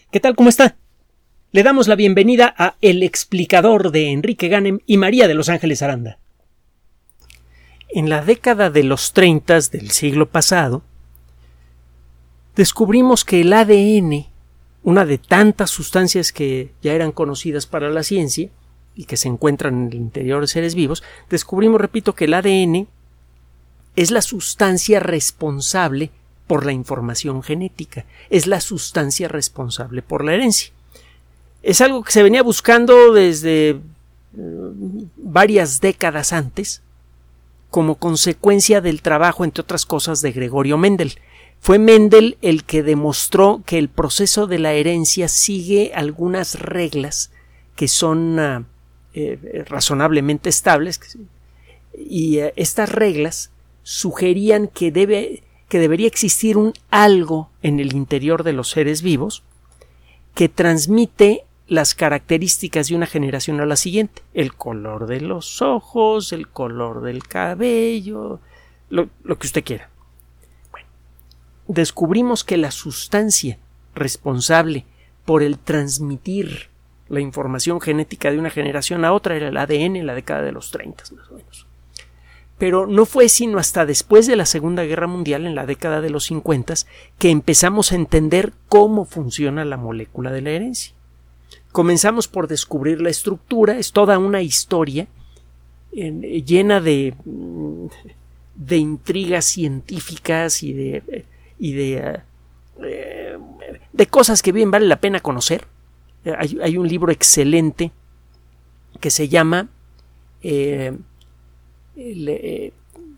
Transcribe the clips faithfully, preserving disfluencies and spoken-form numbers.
¿Qué tal? ¿Cómo está? Le damos la bienvenida a El Explicador de Enrique Ganem y María de Los Ángeles Aranda. En la década de los treinta del siglo pasado, descubrimos que el A D N, una de tantas sustancias que ya eran conocidas para la ciencia y que se encuentran en el interior de seres vivos, descubrimos, repito, que el A D N es la sustancia responsable por la información genética, es la sustancia responsable por la herencia. Es algo que se venía buscando desde eh, varias décadas antes, como consecuencia del trabajo, entre otras cosas, de Gregorio Mendel. Fue Mendel el que demostró que el proceso de la herencia sigue algunas reglas que son uh, eh, razonablemente estables, y uh, estas reglas sugerían que debe que debería existir un algo en el interior de los seres vivos que transmite las características de una generación a la siguiente. El color de los ojos, el color del cabello, lo, lo que usted quiera. Bueno, descubrimos que la sustancia responsable por el transmitir la información genética de una generación a otra era el A D N en la década de los treinta, más o menos. Pero no fue sino hasta después de la Segunda Guerra Mundial, en la década de los cincuenta, que empezamos a entender cómo funciona la molécula de la herencia. Comenzamos por descubrir la estructura, es toda una historia eh, llena de, de intrigas científicas y de, y de, eh, de cosas que bien vale la pena conocer. Hay, hay un libro excelente que se llama eh, el, eh,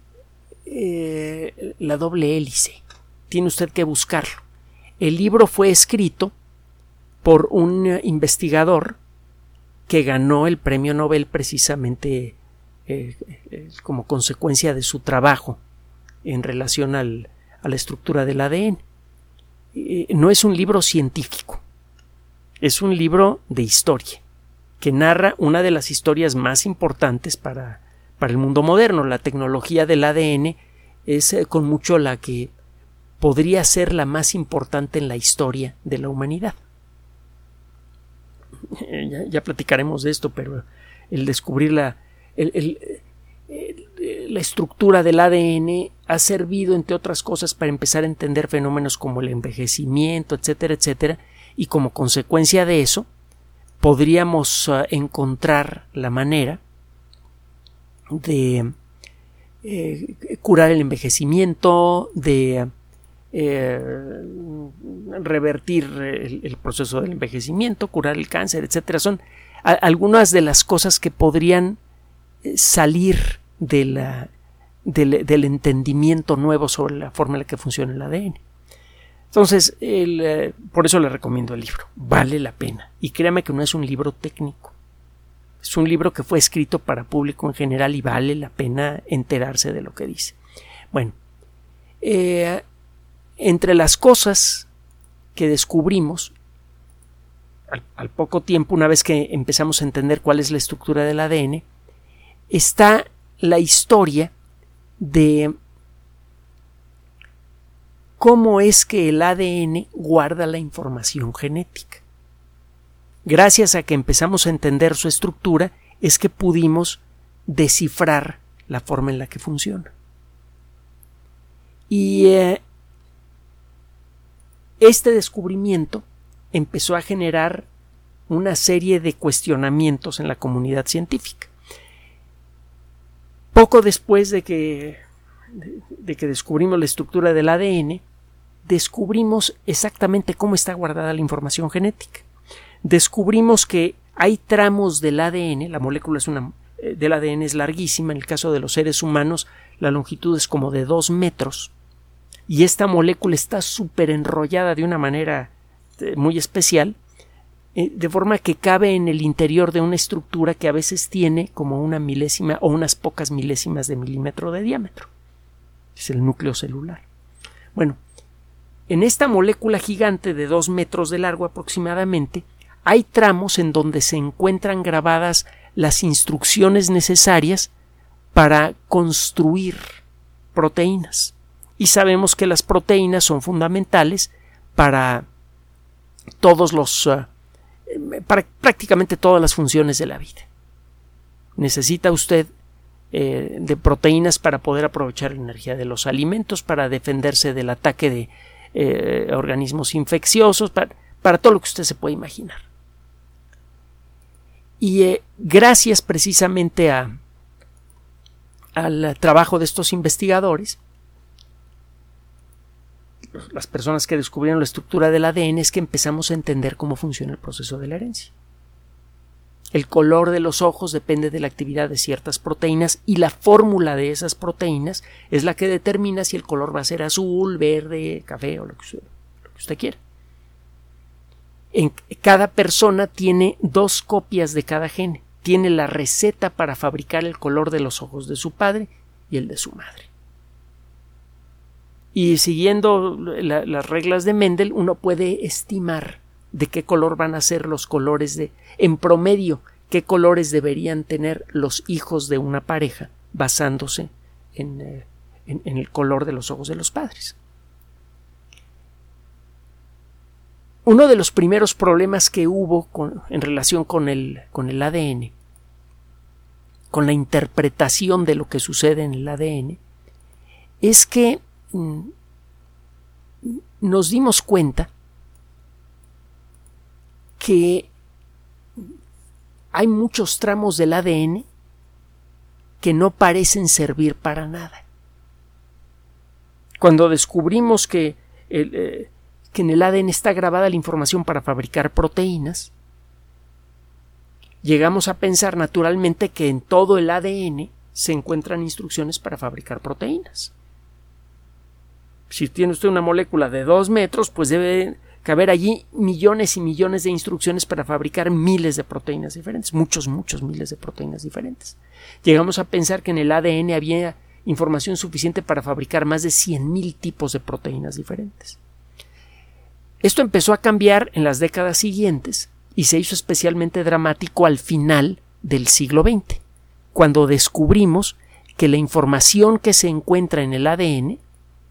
eh, La doble hélice. Tiene usted que buscarlo. El libro fue escrito por un investigador que ganó el premio Nobel precisamente eh, eh, como consecuencia de su trabajo en relación al, a la estructura del A D N. Eh, no es un libro científico, es un libro de historia que narra una de las historias más importantes para, para el mundo moderno. La tecnología del A D N es eh, con mucho la que podría ser la más importante en la historia de la humanidad. Ya, ya platicaremos de esto, pero el descubrir la, el, el, el, la estructura del A D N ha servido, entre otras cosas, para empezar a entender fenómenos como el envejecimiento, etcétera, etcétera, y como consecuencia de eso podríamos uh, encontrar la manera de eh, curar el envejecimiento, de Eh, revertir el, el proceso del envejecimiento, curar el cáncer, etcétera. Son a, algunas de las cosas que podrían salir de la, del, del entendimiento nuevo sobre la forma en la que funciona el A D N. Entonces, el, eh, por eso le recomiendo el libro. Vale la pena. Y créame que no es un libro técnico. Es un libro que fue escrito para público en general y vale la pena enterarse de lo que dice. Bueno, eh, entre las cosas que descubrimos al, al poco tiempo, una vez que empezamos a entender cuál es la estructura del A D N, está la historia de cómo es que el A D N guarda la información genética. Gracias a que empezamos a entender su estructura, es que pudimos descifrar la forma en la que funciona. Y eh, este descubrimiento empezó a generar una serie de cuestionamientos en la comunidad científica. Poco después de que, de, de que descubrimos la estructura del A D N, descubrimos exactamente cómo está guardada la información genética. Descubrimos que hay tramos del A D N, la molécula es una, eh, del A D N es larguísima, en el caso de los seres humanos la longitud es como de dos metros, y esta molécula está súper enrollada de una manera eh, muy especial, eh, de forma que cabe en el interior de una estructura que a veces tiene como una milésima o unas pocas milésimas de milímetro de diámetro. Es el núcleo celular. Bueno, en esta molécula gigante de dos metros de largo aproximadamente, hay tramos en donde se encuentran grabadas las instrucciones necesarias para construir proteínas. Y sabemos que las proteínas son fundamentales para todos los uh, para prácticamente todas las funciones de la vida. Necesita usted eh, de proteínas para poder aprovechar la energía de los alimentos, para defenderse del ataque de eh, organismos infecciosos, para, para todo lo que usted se puede imaginar. Y eh, gracias precisamente a, al trabajo de estos investigadores, las personas que descubrieron la estructura del A D N, es que empezamos a entender cómo funciona el proceso de la herencia. El color de los ojos depende de la actividad de ciertas proteínas y la fórmula de esas proteínas es la que determina si el color va a ser azul, verde, café o lo que usted, lo que usted quiera. En cada persona tiene dos copias de cada gene. Tiene la receta para fabricar el color de los ojos de su padre y el de su madre. Y siguiendo la, las reglas de Mendel, uno puede estimar de qué color van a ser los colores de, en promedio, qué colores deberían tener los hijos de una pareja basándose en, eh, en, en el color de los ojos de los padres. Uno de los primeros problemas que hubo con, en relación con el, con el A D N, con la interpretación de lo que sucede en el A D N, es que mm, nos dimos cuenta que hay muchos tramos del A D N que no parecen servir para nada. Cuando descubrimos que, el, eh, que en el A D N está grabada la información para fabricar proteínas, llegamos a pensar naturalmente que en todo el A D N se encuentran instrucciones para fabricar proteínas. Si tiene usted una molécula de dos metros, pues debe caber allí millones y millones de instrucciones para fabricar miles de proteínas diferentes, muchos, muchos miles de proteínas diferentes. Llegamos a pensar que en el A D N había información suficiente para fabricar más de cien mil tipos de proteínas diferentes. Esto empezó a cambiar en las décadas siguientes y se hizo especialmente dramático al final del siglo veinte, cuando descubrimos que la información que se encuentra en el A D N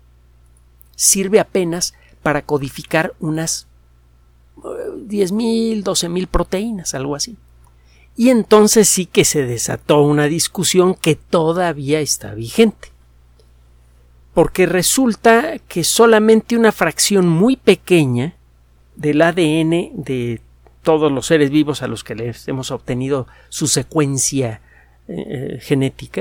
sirve apenas para codificar unas diez mil, doce mil proteínas, algo así. Y entonces sí que se desató una discusión que todavía está vigente. Porque resulta que solamente una fracción muy pequeña del A D N de todos los seres vivos a los que les hemos obtenido su secuencia eh, genética,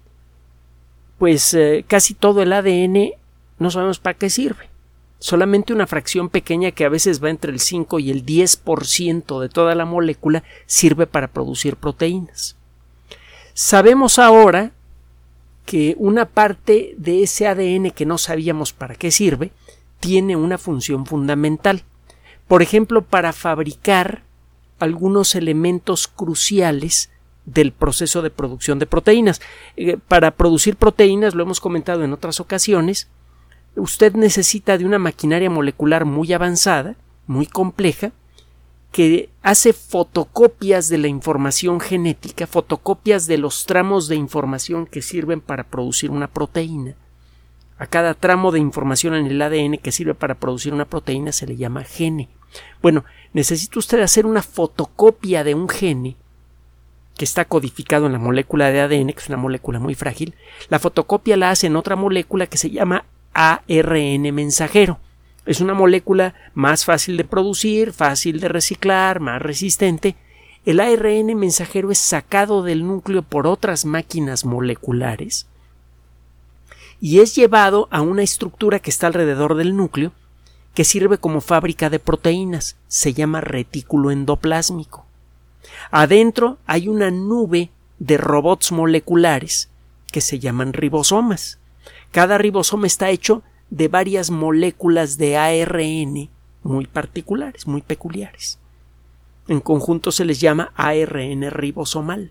pues eh, casi todo el A D N no sabemos para qué sirve. Solamente una fracción pequeña, que a veces va entre el cinco y el diez por ciento de toda la molécula, sirve para producir proteínas. Sabemos ahora que una parte de ese A D N que no sabíamos para qué sirve tiene una función fundamental. Por ejemplo, para fabricar algunos elementos cruciales del proceso de producción de proteínas. Eh, para producir proteínas, lo hemos comentado en otras ocasiones, usted necesita de una maquinaria molecular muy avanzada, muy compleja, que hace fotocopias de la información genética, fotocopias de los tramos de información que sirven para producir una proteína. A cada tramo de información en el A D N que sirve para producir una proteína se le llama gene. Bueno, necesita usted hacer una fotocopia de un gene que está codificado en la molécula de A D N, que es una molécula muy frágil. La fotocopia la hace en otra molécula que se llama A R N mensajero. Es una molécula más fácil de producir, fácil de reciclar, más resistente. El A R N mensajero es sacado del núcleo por otras máquinas moleculares y es llevado a una estructura que está alrededor del núcleo que sirve como fábrica de proteínas. Se llama retículo endoplásmico. Adentro hay una nube de robots moleculares que se llaman ribosomas. Cada ribosoma está hecho de varias moléculas de A R N muy particulares, muy peculiares. En conjunto se les llama A R N ribosomal.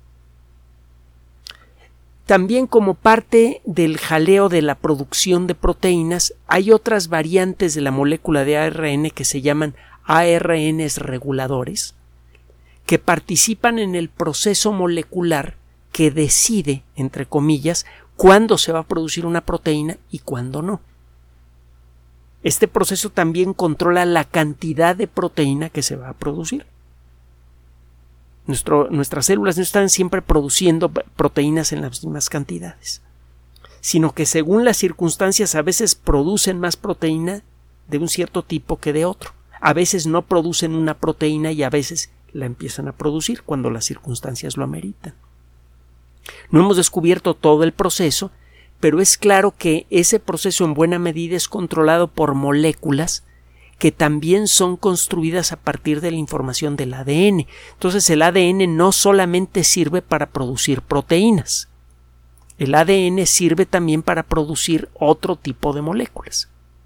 También, como parte del jaleo de la producción de proteínas, hay otras variantes de la molécula de A R N que se llaman A R Ns reguladores, que participan en el proceso molecular que decide, entre comillas, cuándo se va a producir una proteína y cuándo no. Este proceso también controla la cantidad de proteína que se va a producir. Nuestro, nuestras células no están siempre produciendo proteínas en las mismas cantidades, sino que según las circunstancias a veces producen más proteína de un cierto tipo que de otro. A veces no producen una proteína y a veces la empiezan a producir cuando las circunstancias lo ameritan. No hemos descubierto todo el proceso, pero es claro que ese proceso en buena medida es controlado por moléculas que también son construidas a partir de la información del A D N. Entonces el A D N no solamente sirve para producir proteínas, el A D N sirve también para producir otro tipo de moléculas.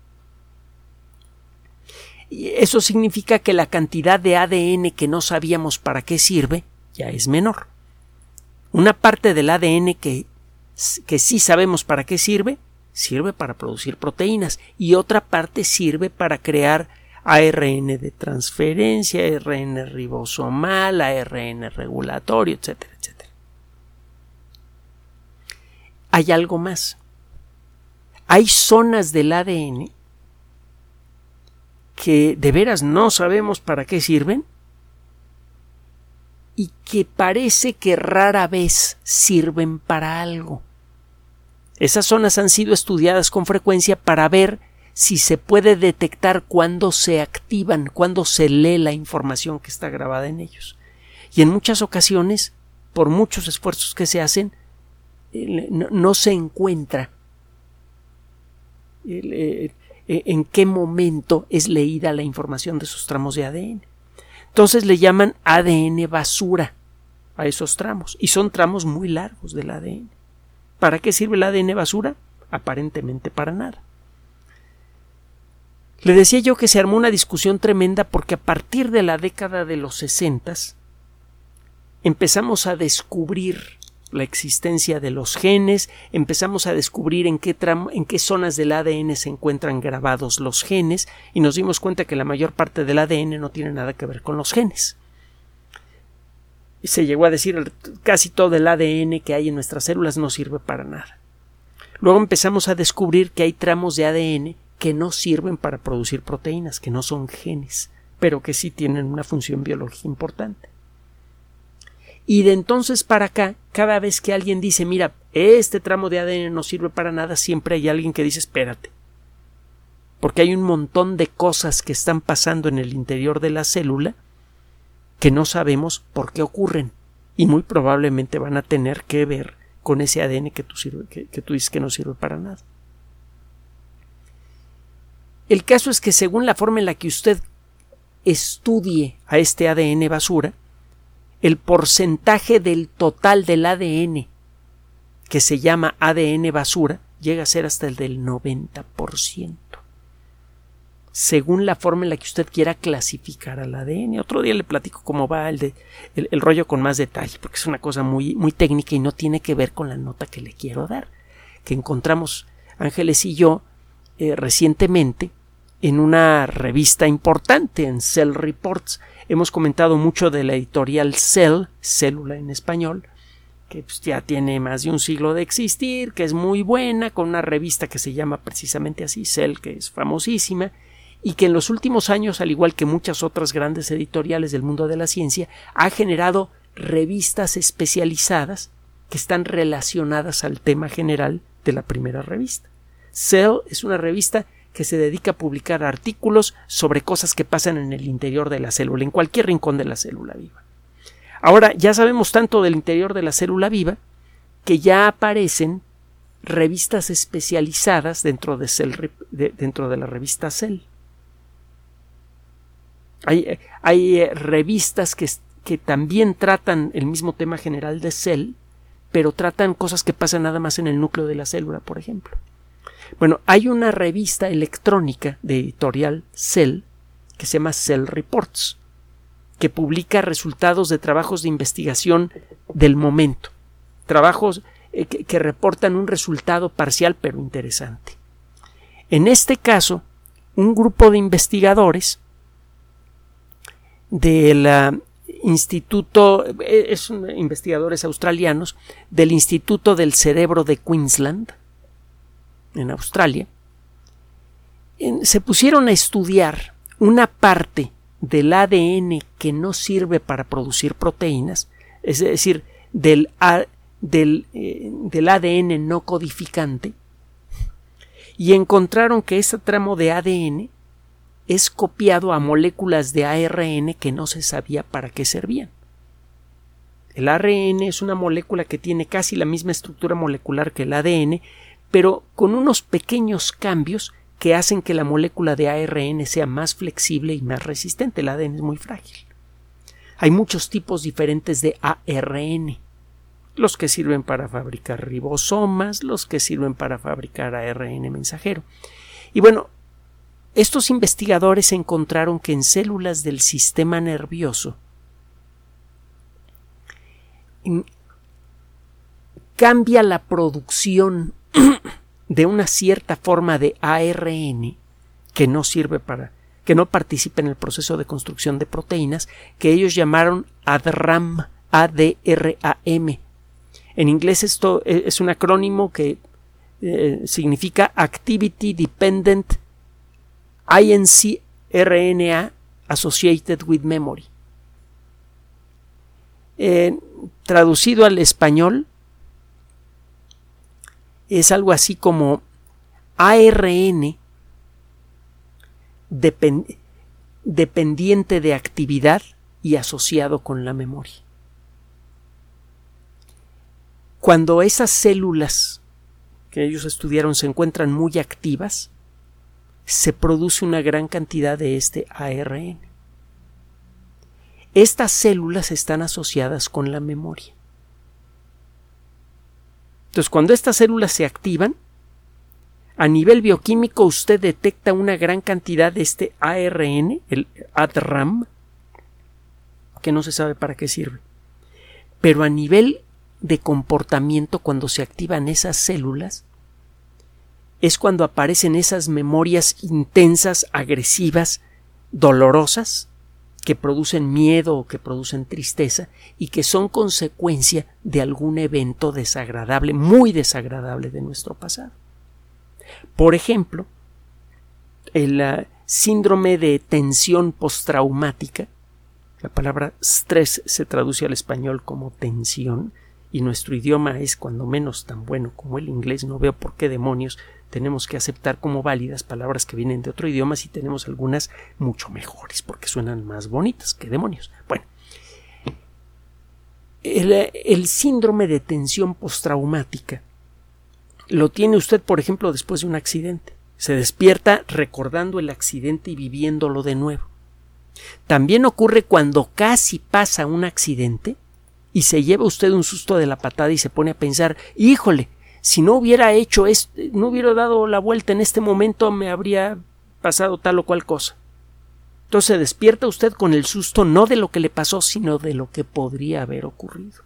Y eso significa que la cantidad de A D N que no sabíamos para qué sirve ya es menor. Una parte del A D N que, que sí sabemos para qué sirve, sirve para producir proteínas y otra parte sirve para crear A R N de transferencia, A R N ribosomal, A R N regulatorio, etcétera, etcétera. Hay algo más. Hay zonas del A D N que de veras no sabemos para qué sirven y que parece que rara vez sirven para algo. Esas zonas han sido estudiadas con frecuencia para ver si se puede detectar cuándo se activan, cuándo se lee la información que está grabada en ellos. Y en muchas ocasiones, por muchos esfuerzos que se hacen, no, no se encuentra el, el, en qué momento es leída la información de esos tramos de A D N. Entonces le llaman A D N basura a esos tramos y son tramos muy largos del A D N. ¿Para qué sirve el A D N basura? Aparentemente para nada. Le decía yo que se armó una discusión tremenda porque a partir de la década de los sesentas empezamos a descubrir la existencia de los genes, empezamos a descubrir en qué, tramo, en qué zonas del A D N se encuentran grabados los genes y nos dimos cuenta que la mayor parte del A D N no tiene nada que ver con los genes. Y se llegó a decir casi todo el A D N que hay en nuestras células no sirve para nada. Luego empezamos a descubrir que hay tramos de A D N que no sirven para producir proteínas, que no son genes, pero que sí tienen una función biológica importante. Y de entonces para acá, cada vez que alguien dice, mira, este tramo de A D N no sirve para nada, siempre hay alguien que dice, espérate, porque hay un montón de cosas que están pasando en el interior de la célula que no sabemos por qué ocurren y muy probablemente van a tener que ver con ese A D N que tú, sirve, que, que tú dices que no sirve para nada. El caso es que según la forma en la que usted estudie a este A D N basura, el porcentaje del total del A D N que se llama A D N basura llega a ser hasta el del noventa por ciento. Según la forma en la que usted quiera clasificar al A D N. Otro día le platico cómo va el, de, el, el rollo con más detalle, porque es una cosa muy, muy técnica y no tiene que ver con la nota que le quiero dar, que encontramos Ángeles y yo eh, recientemente en una revista importante, en Cell Reports. Hemos comentado mucho de la editorial Cell, Célula en español, que pues ya tiene más de un siglo de existir, que es muy buena, con una revista que se llama precisamente así, Cell, que es famosísima, y que en los últimos años, al igual que muchas otras grandes editoriales del mundo de la ciencia, ha generado revistas especializadas que están relacionadas al tema general de la primera revista. Cell es una revista que se dedica a publicar artículos sobre cosas que pasan en el interior de la célula, en cualquier rincón de la célula viva. Ahora, ya sabemos tanto del interior de la célula viva que ya aparecen revistas especializadas dentro de, Cell, de, dentro de la revista Cell. Hay, hay revistas que, que también tratan el mismo tema general de Cell, pero tratan cosas que pasan nada más en el núcleo de la célula, por ejemplo. Bueno, hay una revista electrónica de editorial Cell que se llama Cell Reports, que publica resultados de trabajos de investigación del momento, trabajos eh, que, que reportan un resultado parcial pero interesante. En este caso, un grupo de investigadores del uh, Instituto, eh, es un, investigadores australianos del Instituto del Cerebro de Queensland, en Australia, se pusieron a estudiar una parte del A D N que no sirve para producir proteínas, es decir, del, A, del, eh, del A D N no codificante, y encontraron que ese tramo de A D N es copiado a moléculas de A R N que no se sabía para qué servían. El A R N es una molécula que tiene casi la misma estructura molecular que el A D N, pero con unos pequeños cambios que hacen que la molécula de A R N sea más flexible y más resistente. El A D N es muy frágil. Hay muchos tipos diferentes de A R N. Los que sirven para fabricar ribosomas, los que sirven para fabricar A R N mensajero. Y bueno, estos investigadores encontraron que en células del sistema nervioso cambia la producción de una cierta forma de A R N que no sirve para, que no participa en el proceso de construcción de proteínas, que ellos llamaron A D R A M, A D R A M. En inglés esto es un acrónimo que eh, significa Activity Dependent I N C R N A Associated with Memory. Eh, traducido al español, es algo así como A R N depend- dependiente de actividad y asociado con la memoria. Cuando esas células que ellos estudiaron se encuentran muy activas, se produce una gran cantidad de este A R N. Estas células están asociadas con la memoria. Entonces, cuando estas células se activan, a nivel bioquímico usted detecta una gran cantidad de este A R N, el A D R A M, que no se sabe para qué sirve. Pero a nivel de comportamiento, cuando se activan esas células, es cuando aparecen esas memorias intensas, agresivas, dolorosas, que producen miedo o que producen tristeza y que son consecuencia de algún evento desagradable, muy desagradable de nuestro pasado. Por ejemplo, el uh, síndrome de tensión postraumática, la palabra stress se traduce al español como tensión, y nuestro idioma es cuando menos tan bueno como el inglés. No veo por qué demonios tenemos que aceptar como válidas palabras que vienen de otro idioma si tenemos algunas mucho mejores porque suenan más bonitas. ¿Qué demonios? Bueno, el, el síndrome de tensión postraumática lo tiene usted, por ejemplo, después de un accidente. Se despierta recordando el accidente y viviéndolo de nuevo. También ocurre cuando casi pasa un accidente y se lleva usted un susto de la patada y se pone a pensar, híjole, si no hubiera hecho esto, no hubiera dado la vuelta en este momento, me habría pasado tal o cual cosa. Entonces despierta usted con el susto no de lo que le pasó, sino de lo que podría haber ocurrido.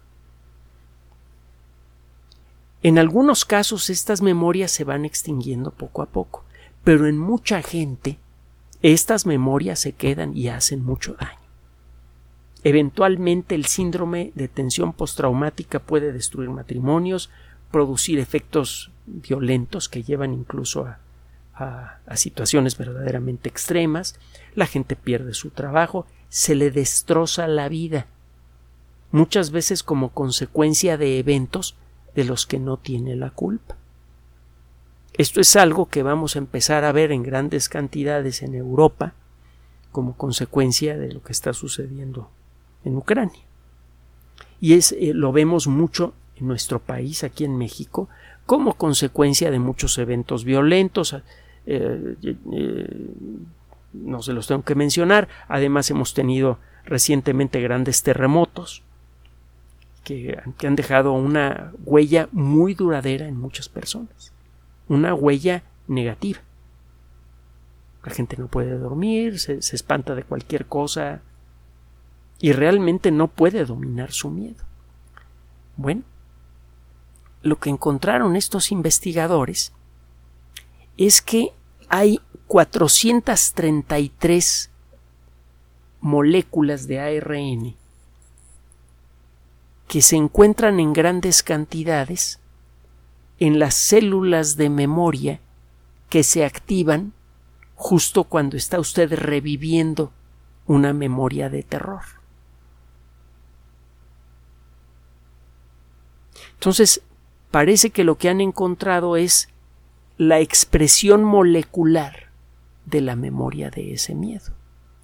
En algunos casos estas memorias se van extinguiendo poco a poco, pero en mucha gente estas memorias se quedan y hacen mucho daño. Eventualmente el síndrome de tensión postraumática puede destruir matrimonios, producir efectos violentos que llevan incluso a, a, a situaciones verdaderamente extremas. La gente pierde su trabajo, se le destroza la vida, muchas veces como consecuencia de eventos de los que no tiene la culpa. Esto es algo que vamos a empezar a ver en grandes cantidades en Europa como consecuencia de lo que está sucediendo en Ucrania. Y es, eh, lo vemos mucho en nuestro país, aquí en México, como consecuencia de muchos eventos violentos. Eh, eh, no se los tengo que mencionar. Además hemos tenido recientemente grandes terremotos que, que han dejado una huella muy duradera en muchas personas. Una huella negativa. La gente no puede dormir, se, se espanta de cualquier cosa y realmente no puede dominar su miedo. Bueno, lo que encontraron estos investigadores es que hay cuatrocientas treinta y tres moléculas de A R N que se encuentran en grandes cantidades en las células de memoria que se activan justo cuando está usted reviviendo una memoria de terror. Entonces, parece que lo que han encontrado es la expresión molecular de la memoria de ese miedo.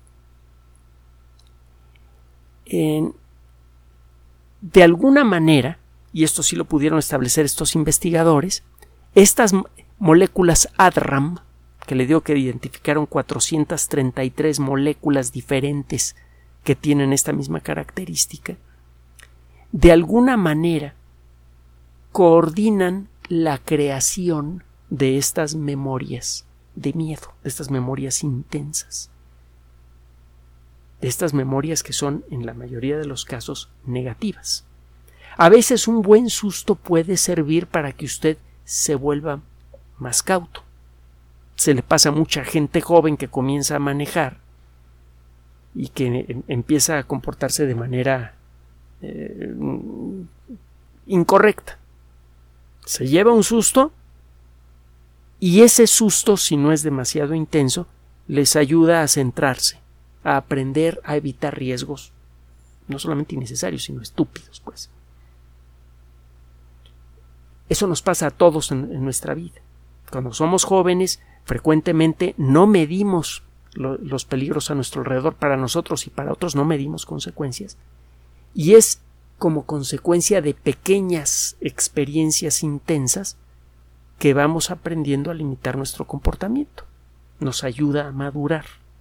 En, de alguna manera, y esto sí lo pudieron establecer estos investigadores, estas moléculas A D R A M, que le digo que identificaron cuatrocientas treinta y tres moléculas diferentes que tienen esta misma característica, de alguna manera coordinan la creación de estas memorias de miedo, de estas memorias intensas, de estas memorias que son en la mayoría de los casos negativas. A veces un buen susto puede servir para que usted se vuelva más cauto. Se le pasa a mucha gente joven que comienza a manejar y que empieza a comportarse de manera eh, incorrecta. Se lleva un susto y ese susto, si no es demasiado intenso, les ayuda a centrarse, a aprender a evitar riesgos, no solamente innecesarios, sino estúpidos, pues. Eso nos pasa a todos en, en nuestra vida. Cuando somos jóvenes, frecuentemente no medimos lo, los peligros a nuestro alrededor. Para nosotros y para otros no medimos consecuencias. Y es como consecuencia de pequeñas experiencias intensas que vamos aprendiendo a limitar nuestro comportamiento. Nos ayuda a madurar.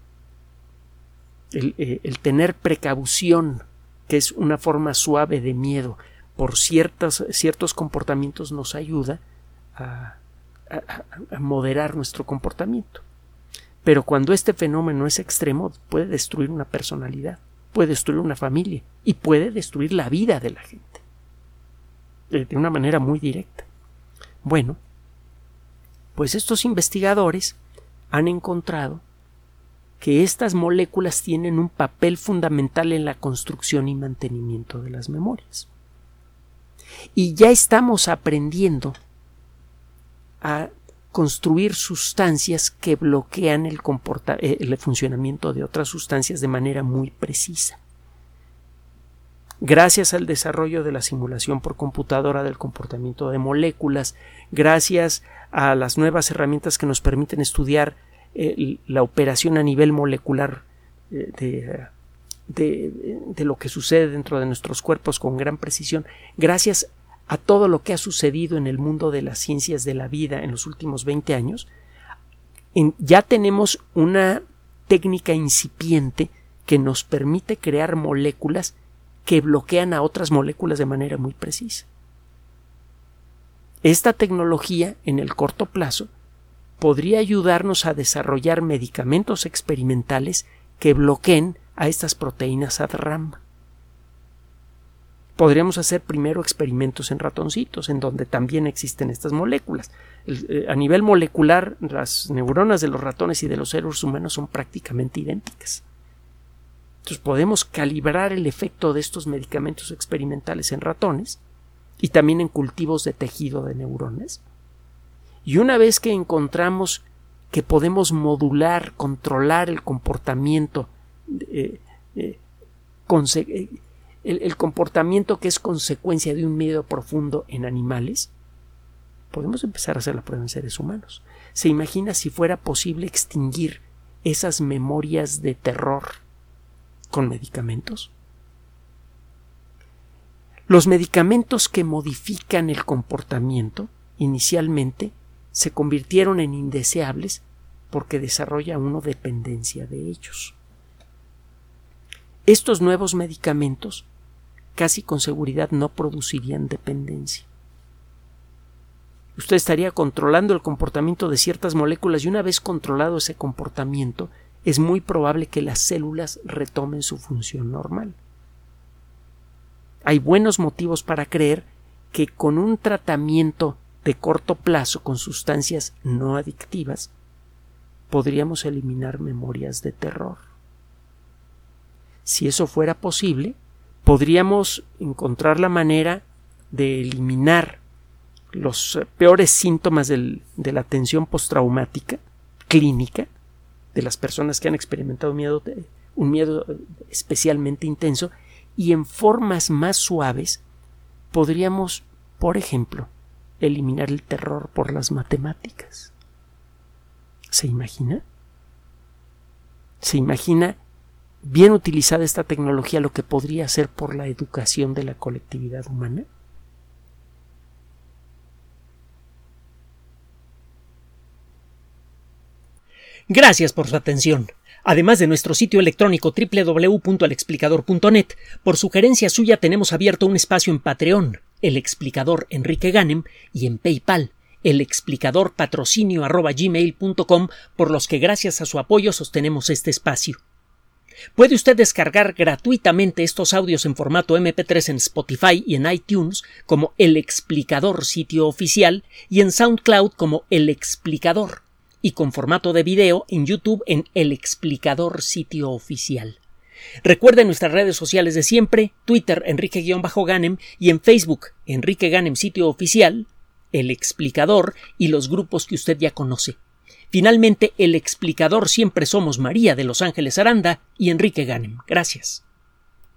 El, eh, el tener precaución, que es una forma suave de miedo, por ciertas, ciertos comportamientos nos ayuda a, a, a moderar nuestro comportamiento. Pero cuando este fenómeno es extremo, puede destruir una personalidad, puede destruir una familia y puede destruir la vida de la gente de una manera muy directa. Bueno, pues estos investigadores han encontrado que estas moléculas tienen un papel fundamental en la construcción y mantenimiento de las memorias. Y ya estamos aprendiendo a construir sustancias que bloquean el, comporta- el funcionamiento de otras sustancias de manera muy precisa. Gracias al desarrollo de la simulación por computadora del comportamiento de moléculas, gracias a las nuevas herramientas que nos permiten estudiar eh, la operación a nivel molecular eh, de, de, de lo que sucede dentro de nuestros cuerpos con gran precisión, gracias a todo lo que ha sucedido en el mundo de las ciencias de la vida en los últimos veinte años, en, ya tenemos una técnica incipiente que nos permite crear moléculas que bloquean a otras moléculas de manera muy precisa. Esta tecnología, en el corto plazo, podría ayudarnos a desarrollar medicamentos experimentales que bloqueen a estas proteínas A D R A M. Podríamos hacer primero experimentos en ratoncitos, en donde también existen estas moléculas. El, eh, a nivel molecular, las neuronas de los ratones y de los seres humanos son prácticamente idénticas. Entonces podemos calibrar el efecto de estos medicamentos experimentales en ratones y también en cultivos de tejido de neuronas. Y una vez que encontramos que podemos modular, controlar el comportamiento, eh, eh, conse- el, el comportamiento que es consecuencia de un miedo profundo en animales, podemos empezar a hacer la prueba en seres humanos. ¿Se imagina si fuera posible extinguir esas memorias de terror con medicamentos? Los medicamentos que modifican el comportamiento inicialmente se convirtieron en indeseables porque desarrolla uno dependencia de ellos. Estos nuevos medicamentos casi con seguridad no producirían dependencia. Usted estaría controlando el comportamiento de ciertas moléculas y una vez controlado ese comportamiento, es muy probable que las células retomen su función normal. Hay buenos motivos para creer que con un tratamiento de corto plazo con sustancias no adictivas podríamos eliminar memorias de terror. Si eso fuera posible, podríamos encontrar la manera de eliminar los peores síntomas del, de la tensión postraumática clínica de las personas que han experimentado miedo, un miedo especialmente intenso, y en formas más suaves podríamos, por ejemplo, eliminar el terror por las matemáticas. ¿Se imagina? ¿Se imagina, bien utilizada esta tecnología, lo que podría hacer por la educación de la colectividad humana? Gracias por su atención. Además de nuestro sitio electrónico doble u doble u doble u punto el explicador punto net, por sugerencia suya tenemos abierto un espacio en Patreon, El Explicador Enrique Ganem, y en PayPal, el explicador patrocinio arroba gmail punto com, por los que gracias a su apoyo sostenemos este espacio. Puede usted descargar gratuitamente estos audios en formato eme pe tres en Spotify y en iTunes como El Explicador sitio oficial y en SoundCloud como El Explicador, y con formato de video en YouTube en El Explicador sitio oficial. Recuerde nuestras redes sociales de siempre, Twitter Enrique-Ganem y en Facebook Enrique Ganem sitio oficial, El Explicador y los grupos que usted ya conoce. Finalmente, El Explicador siempre somos María de Los Ángeles Aranda y Enrique Ganem. Gracias.